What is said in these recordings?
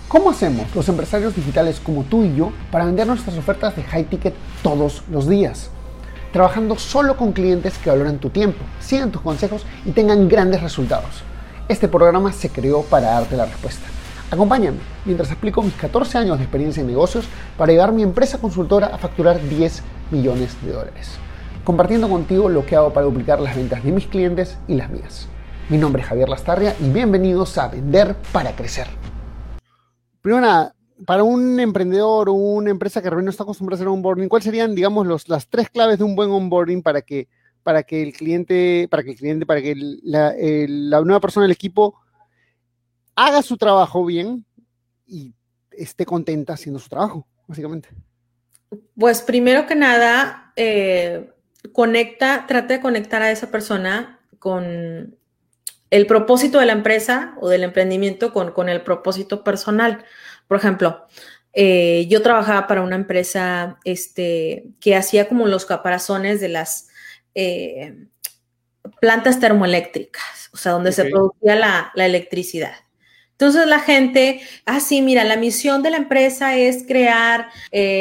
¿Cómo hacemos los empresarios digitales como tú y yo para vender nuestras ofertas de high ticket todos los días? Trabajando solo con clientes que valoran tu tiempo, sigan tus consejos y tengan grandes resultados. Este programa se creó para darte la respuesta. Acompáñame mientras explico mis 14 años de experiencia en negocios para llevar mi empresa consultora a facturar 10 millones de dólares. Compartiendo contigo lo que hago para duplicar las ventas de mis clientes y las mías. Mi nombre es Javier Lastarria y bienvenidos a Vender para Crecer. Primero nada, para un emprendedor o una empresa que realmente no está acostumbrada a hacer onboarding, ¿cuáles serían, digamos, las 3 claves de un buen onboarding para que la nueva persona del equipo haga su trabajo bien y esté contenta haciendo su trabajo, básicamente? Pues primero que nada, trata de conectar a esa persona con el propósito de la empresa o del emprendimiento con el propósito personal. Por ejemplo, yo trabajaba para una empresa que hacía como los caparazones de las plantas termoeléctricas, o sea, donde se producía la electricidad. Entonces la gente, sí, mira, la misión de la empresa es crear,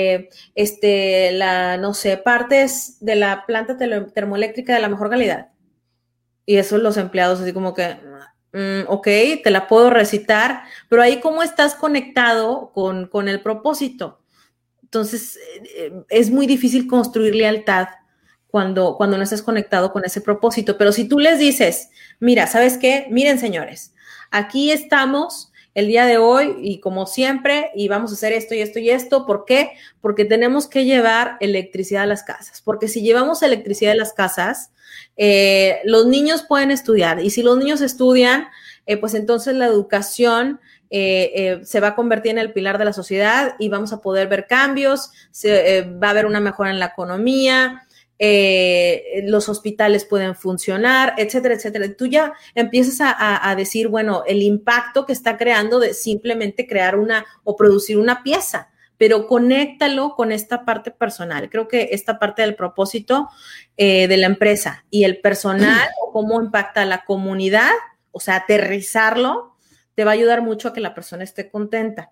partes de la planta termoeléctrica de la mejor calidad. Y eso los empleados así como que, ok, te la puedo recitar, pero ahí cómo estás conectado con el propósito. Entonces, es muy difícil construir lealtad cuando no estás conectado con ese propósito. Pero si tú les dices, mira, ¿sabes qué? Miren, señores, aquí estamos el día de hoy y como siempre, y vamos a hacer esto y esto y esto. ¿Por qué? Porque tenemos que llevar electricidad a las casas. Porque si llevamos electricidad a las casas, los niños pueden estudiar. Y si los niños estudian, pues entonces la educación se va a convertir en el pilar de la sociedad y vamos a poder ver cambios, va a haber una mejora en la economía, los hospitales pueden funcionar, etcétera, etcétera. Y tú ya empiezas a decir, bueno, el impacto que está creando de simplemente crear o producir una pieza, pero conéctalo con esta parte personal. Creo que esta parte del propósito de la empresa y el personal o cómo impacta a la comunidad, o sea, aterrizarlo, te va a ayudar mucho a que la persona esté contenta.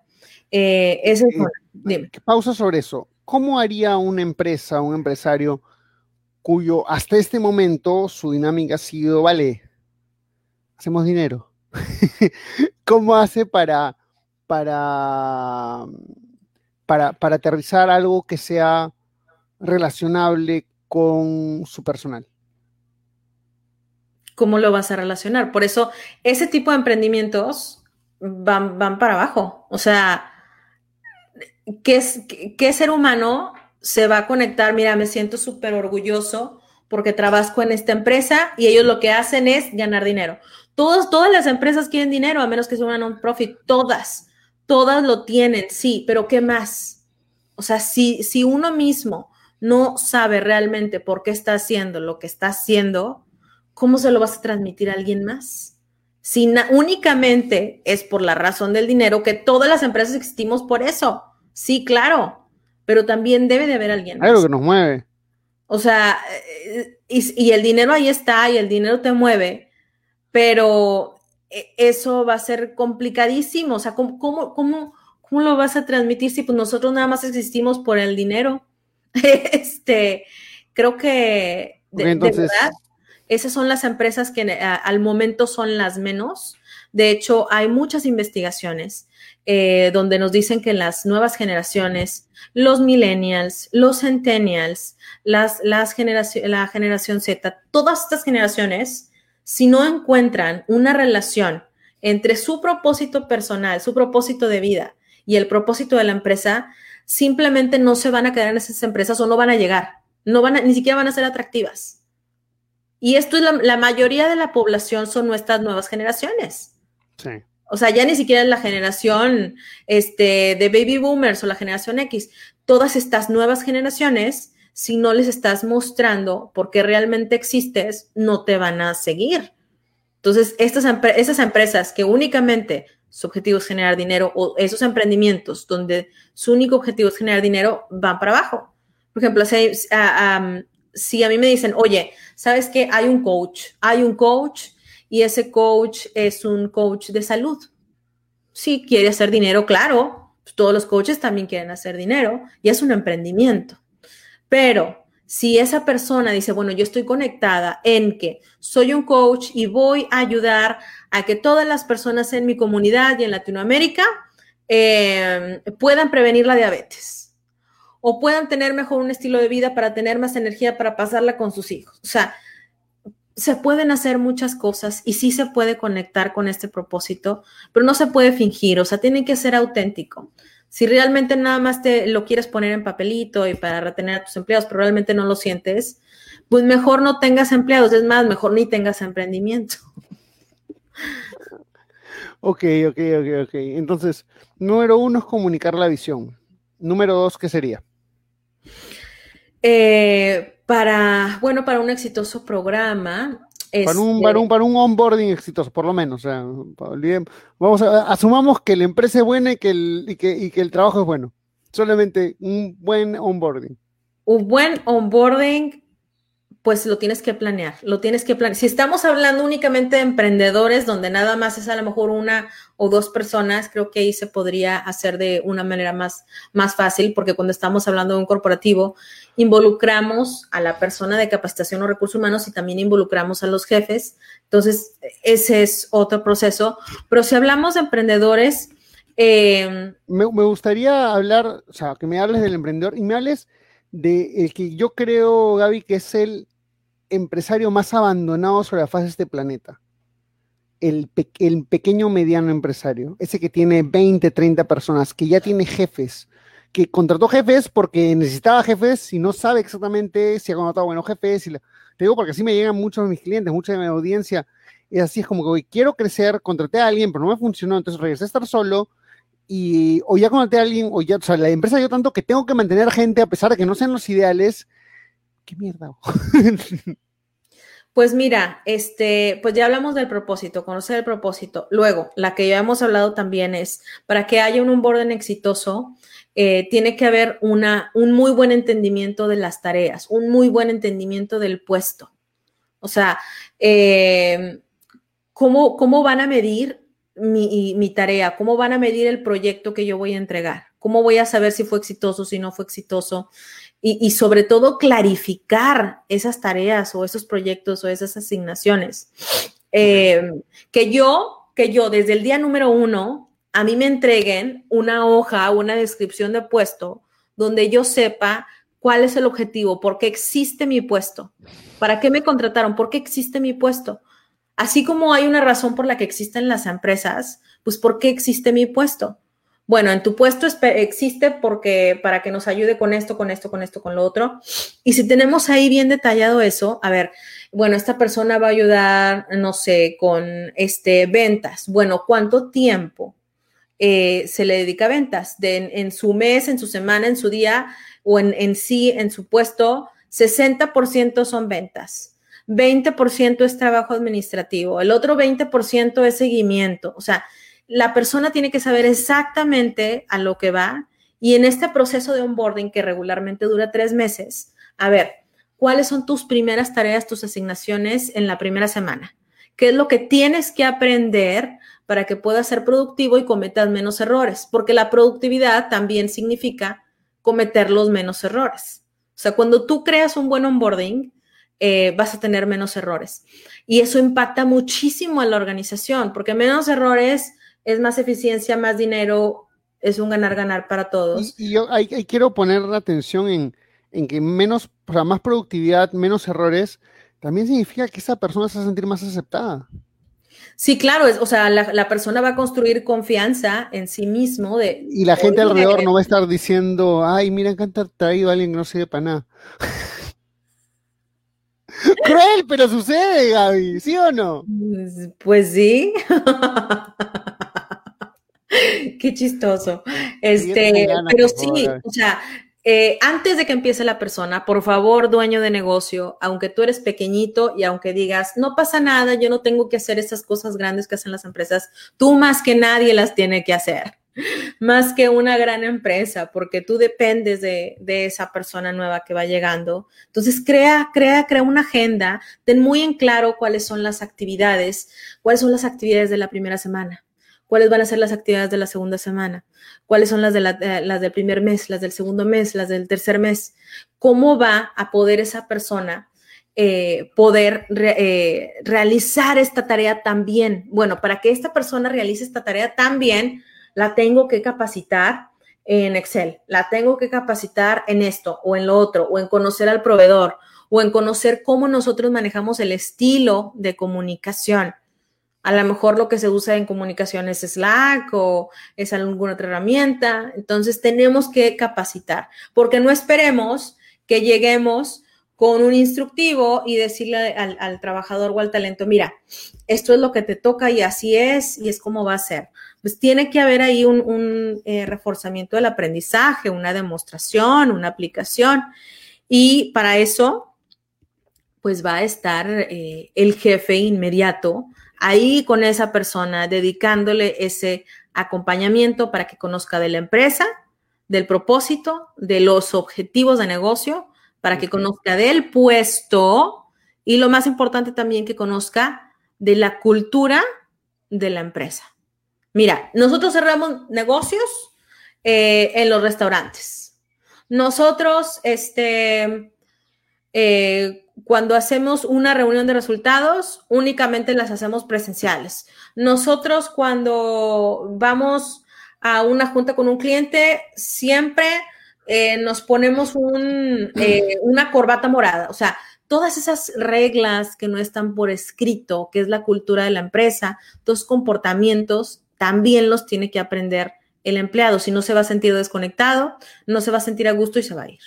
Pausa sobre eso. ¿Cómo haría una empresa, un empresario cuyo hasta este momento su dinámica ha sido, vale, hacemos dinero? ¿Cómo hace para aterrizar algo que sea relacionable con su personal? ¿Cómo lo vas a relacionar? Por eso, ese tipo de emprendimientos van para abajo. O sea, ¿qué ser humano se va a conectar? Mira, me siento súper orgulloso porque trabajo en esta empresa y ellos lo que hacen es ganar dinero. Todas las empresas quieren dinero, a menos que sea una non-profit. Todas lo tienen, sí, pero ¿qué más? O sea, si uno mismo no sabe realmente por qué está haciendo lo que está haciendo, ¿cómo se lo vas a transmitir a alguien más? Si únicamente es por la razón del dinero, que todas las empresas existimos por eso. Sí, claro, pero también debe de haber alguien más. Algo que nos mueve. O sea, y el dinero ahí está y el dinero te mueve, pero eso va a ser complicadísimo. O sea, ¿cómo lo vas a transmitir si pues nosotros nada más existimos por el dinero? Creo que Entonces, de verdad, esas son las empresas que al momento son las menos. De hecho, hay muchas investigaciones donde nos dicen que las nuevas generaciones, los millennials, los centennials, la generación Z, todas estas generaciones, si no encuentran una relación entre su propósito personal, su propósito de vida y el propósito de la empresa, simplemente no se van a quedar en esas empresas o no van a llegar, ni siquiera van a ser atractivas. Y esto es la mayoría de la población son nuestras nuevas generaciones. Sí. O sea, ya ni siquiera es la generación de baby boomers o la generación X. Todas estas nuevas generaciones, si no les estás mostrando por qué realmente existes, no te van a seguir. Entonces, esas empresas que únicamente su objetivo es generar dinero, o esos emprendimientos donde su único objetivo es generar dinero, van para abajo. Por ejemplo, si a mí me dicen, oye, ¿sabes qué? Hay un coach y ese coach es un coach de salud. Sí, quiere hacer dinero, claro. Pues todos los coaches también quieren hacer dinero y es un emprendimiento. Pero si esa persona dice, bueno, yo estoy conectada en que soy un coach y voy a ayudar a que todas las personas en mi comunidad y en Latinoamérica puedan prevenir la diabetes o puedan tener mejor un estilo de vida para tener más energía para pasarla con sus hijos. O sea, se pueden hacer muchas cosas y sí se puede conectar con este propósito, pero no se puede fingir, o sea, tiene que ser auténtico. Si realmente nada más te lo quieres poner en papelito y para retener a tus empleados, pero realmente no lo sientes, pues mejor no tengas empleados, es más, mejor ni tengas emprendimiento. Ok. Entonces, número 1 es comunicar la visión. Número 2, ¿qué sería? Para un exitoso programa. Para un onboarding exitoso, por lo menos. O sea, asumamos que la empresa es buena y que el trabajo es bueno. Solamente un buen onboarding. Un buen onboarding, pues lo tienes que planear. Si estamos hablando únicamente de emprendedores, donde nada más es a lo mejor una o dos personas, creo que ahí se podría hacer de una manera más fácil, porque cuando estamos hablando de un corporativo, involucramos a la persona de capacitación o recursos humanos y también involucramos a los jefes. Entonces, ese es otro proceso. Pero si hablamos de emprendedores... Me gustaría hablar, o sea, que me hables del emprendedor y me hables de el que yo creo, Gaby, que es el empresario más abandonado sobre la faz de este planeta. El pequeño mediano empresario, ese que tiene 20, 30 personas, que ya tiene jefes, que contrató jefes porque necesitaba jefes y no sabe exactamente si ha contratado buenos jefes. Te digo porque así me llegan muchos de mis clientes, mucha de mi audiencia. Es así, es como que hoy quiero crecer, contraté a alguien, pero no me funcionó, entonces regresé a estar solo. O ya contraté a alguien, o sea, la empresa yo tanto que tengo que mantener gente a pesar de que no sean los ideales. ¿Qué mierda? Pues mira, pues ya hablamos del propósito, conocer el propósito. Luego, la que ya hemos hablado también es, para que haya un onboarding exitoso, tiene que haber un muy buen entendimiento de las tareas, un muy buen entendimiento del puesto. O sea, ¿cómo van a medir mi tarea? ¿Cómo van a medir el proyecto que yo voy a entregar? ¿Cómo voy a saber si fue exitoso, si no fue exitoso? Y sobre todo clarificar esas tareas o esos proyectos o esas asignaciones. Que yo desde el día número 1 a mí me entreguen una hoja, una descripción de puesto donde yo sepa cuál es el objetivo, por qué existe mi puesto, para qué me contrataron, por qué existe mi puesto. Así como hay una razón por la que existen las empresas, pues ¿por qué existe mi puesto? Bueno, en tu puesto existe porque para que nos ayude con esto, con lo otro. Y si tenemos ahí bien detallado eso, a ver, bueno, esta persona va a ayudar, no sé, con ventas. Bueno, ¿cuánto tiempo se le dedica a ventas? En su mes, en su semana, en su día o en su puesto, 60% son ventas. 20% es trabajo administrativo. El otro 20% es seguimiento. O sea, la persona tiene que saber exactamente a lo que va y en este proceso de onboarding que regularmente dura 3 meses, a ver, ¿cuáles son tus primeras tareas, tus asignaciones en la primera semana? ¿Qué es lo que tienes que aprender para que puedas ser productivo y cometas menos errores? Porque la productividad también significa cometer los menos errores. O sea, cuando tú creas un buen onboarding, vas a tener menos errores. Y eso impacta muchísimo a la organización, porque menos errores es más eficiencia, más dinero, es un ganar-ganar para todos. Y yo ahí quiero poner la atención en que más productividad, menos errores, también significa que esa persona se va a sentir más aceptada. Sí, claro, la persona va a construir confianza en sí mismo. Y la gente alrededor no va a estar diciendo, ay, mira, que han traído a alguien que no sirve para nada. Cruel, pero sucede, Gaby, ¿sí o no? Pues sí. Qué chistoso. Pero sí, o sea, antes de que empiece la persona, por favor, dueño de negocio, aunque tú eres pequeñito y aunque digas, no pasa nada, yo no tengo que hacer esas cosas grandes que hacen las empresas, tú más que nadie las tienes que hacer, más que una gran empresa, porque tú dependes de esa persona nueva que va llegando. Entonces, crea una agenda, ten muy en claro cuáles son las actividades de la primera semana. cuáles van a ser las actividades de la segunda semana, cuáles son las del primer mes, las del segundo mes, las del tercer mes, cómo va a poder esa persona realizar esta tarea tan bien. Bueno, para que esta persona realice esta tarea tan bien, la tengo que capacitar en Excel, la tengo que capacitar en esto o en lo otro, o en conocer al proveedor, o en conocer cómo nosotros manejamos el estilo de comunicación. A lo mejor lo que se usa en comunicación es Slack o es alguna otra herramienta. Entonces tenemos que capacitar, porque no esperemos que lleguemos con un instructivo y decirle al trabajador o al talento, mira, esto es lo que te toca y así es, y es como va a ser. Pues tiene que haber ahí un reforzamiento del aprendizaje, una demostración, una aplicación, y para eso, pues va a estar el jefe inmediato ahí con esa persona, dedicándole ese acompañamiento para que conozca de la empresa, del propósito, de los objetivos de negocio, para que conozca del puesto y lo más importante también que conozca de la cultura de la empresa. Mira, nosotros cerramos negocios en los restaurantes. Nosotros, cuando hacemos una reunión de resultados, únicamente las hacemos presenciales. Nosotros cuando vamos a una junta con un cliente, siempre nos ponemos una corbata morada. O sea, todas esas reglas que no están por escrito, que es la cultura de la empresa, todos comportamientos, también los tiene que aprender el empleado. Si no, se va a sentir desconectado, no se va a sentir a gusto y se va a ir.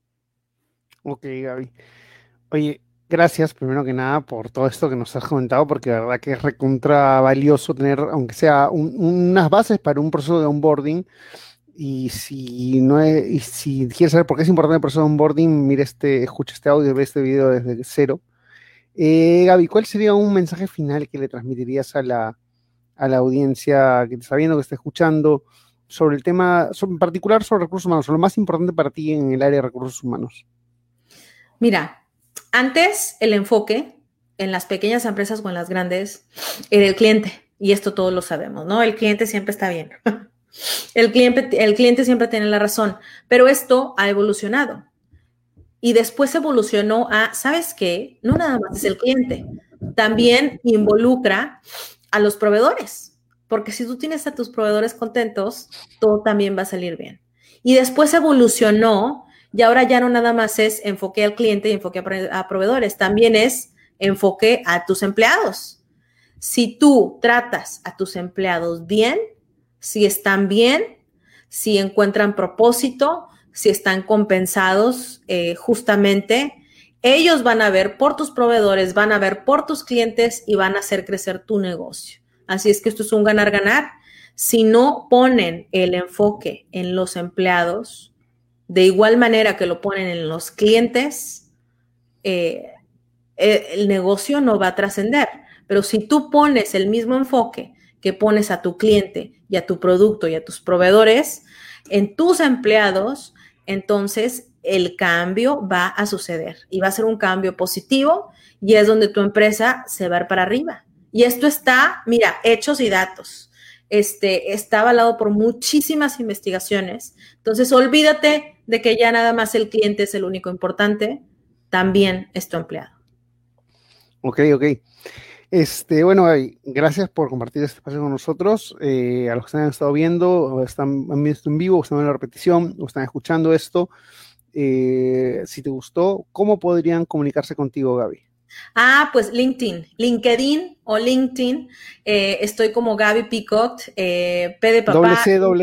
Ok, Gaby. Oye, gracias primero que nada por todo esto que nos has comentado, porque la verdad que es recontra valioso tener, aunque sea unas bases para un proceso de onboarding. Y si quieres saber por qué es importante el proceso de onboarding, escucha este audio, ve este video desde cero. Gaby, ¿cuál sería un mensaje final que le transmitirías a la audiencia que te está viendo, que está escuchando, sobre el tema, en particular sobre recursos humanos, sobre lo más importante para ti en el área de recursos humanos? Mira, antes el enfoque en las pequeñas empresas o en las grandes era el cliente, y esto todos lo sabemos, ¿no? El cliente siempre está bien. El cliente siempre tiene la razón, pero esto ha evolucionado. Y después evolucionó a, ¿sabes qué? No nada más es el cliente, también involucra a los proveedores, porque si tú tienes a tus proveedores contentos, todo también va a salir bien. Y después evolucionó, y ahora ya no nada más es enfoque al cliente y enfoque a proveedores, también es enfoque a tus empleados. Si tú tratas a tus empleados bien, si están bien, si encuentran propósito, si están compensados justamente, ellos van a ver por tus proveedores, van a ver por tus clientes y van a hacer crecer tu negocio. Así es que esto es un ganar-ganar. Si no ponen el enfoque en los empleados, de igual manera que lo ponen en los clientes, el negocio no va a trascender. Pero si tú pones el mismo enfoque que pones a tu cliente y a tu producto y a tus proveedores, en tus empleados, entonces el cambio va a suceder y va a ser un cambio positivo y es donde tu empresa se va a ir para arriba. Y esto está, mira, hechos y datos. Está avalado por muchísimas investigaciones. Entonces, olvídate de que ya nada más el cliente es el único importante, también es tu empleado. Ok. Bueno, Gaby, gracias por compartir este espacio con nosotros. A los que han estado viendo, o han visto en vivo, o están en la repetición, o están escuchando esto, si te gustó, ¿cómo podrían comunicarse contigo, Gaby? Pues LinkedIn o LinkedIn. Estoy como Gaby Picot, P de papá.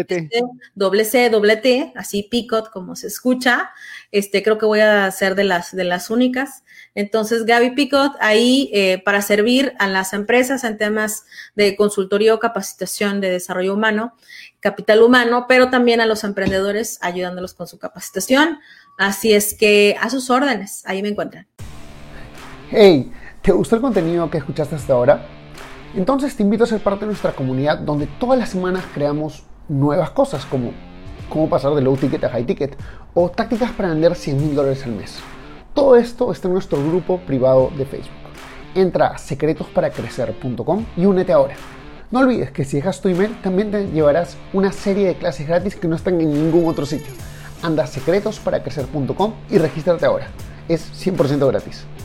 C, así Picot como se escucha. Creo que voy a ser de las únicas. Entonces, Gaby Picot, ahí para servir a las empresas en temas de consultoría o capacitación de desarrollo humano, capital humano, pero también a los emprendedores ayudándolos con su capacitación. Así es que a sus órdenes, ahí me encuentran. Hey, ¿te gustó el contenido que escuchaste hasta ahora? Entonces te invito a ser parte de nuestra comunidad donde todas las semanas creamos nuevas cosas como cómo pasar de low ticket a high ticket o tácticas para vender $100,000 al mes. Todo esto está en nuestro grupo privado de Facebook. Entra a secretosparacrecer.com y únete ahora. No olvides que si dejas tu email también te llevarás una serie de clases gratis que no están en ningún otro sitio. Anda a secretosparacrecer.com y regístrate ahora. Es 100% gratis.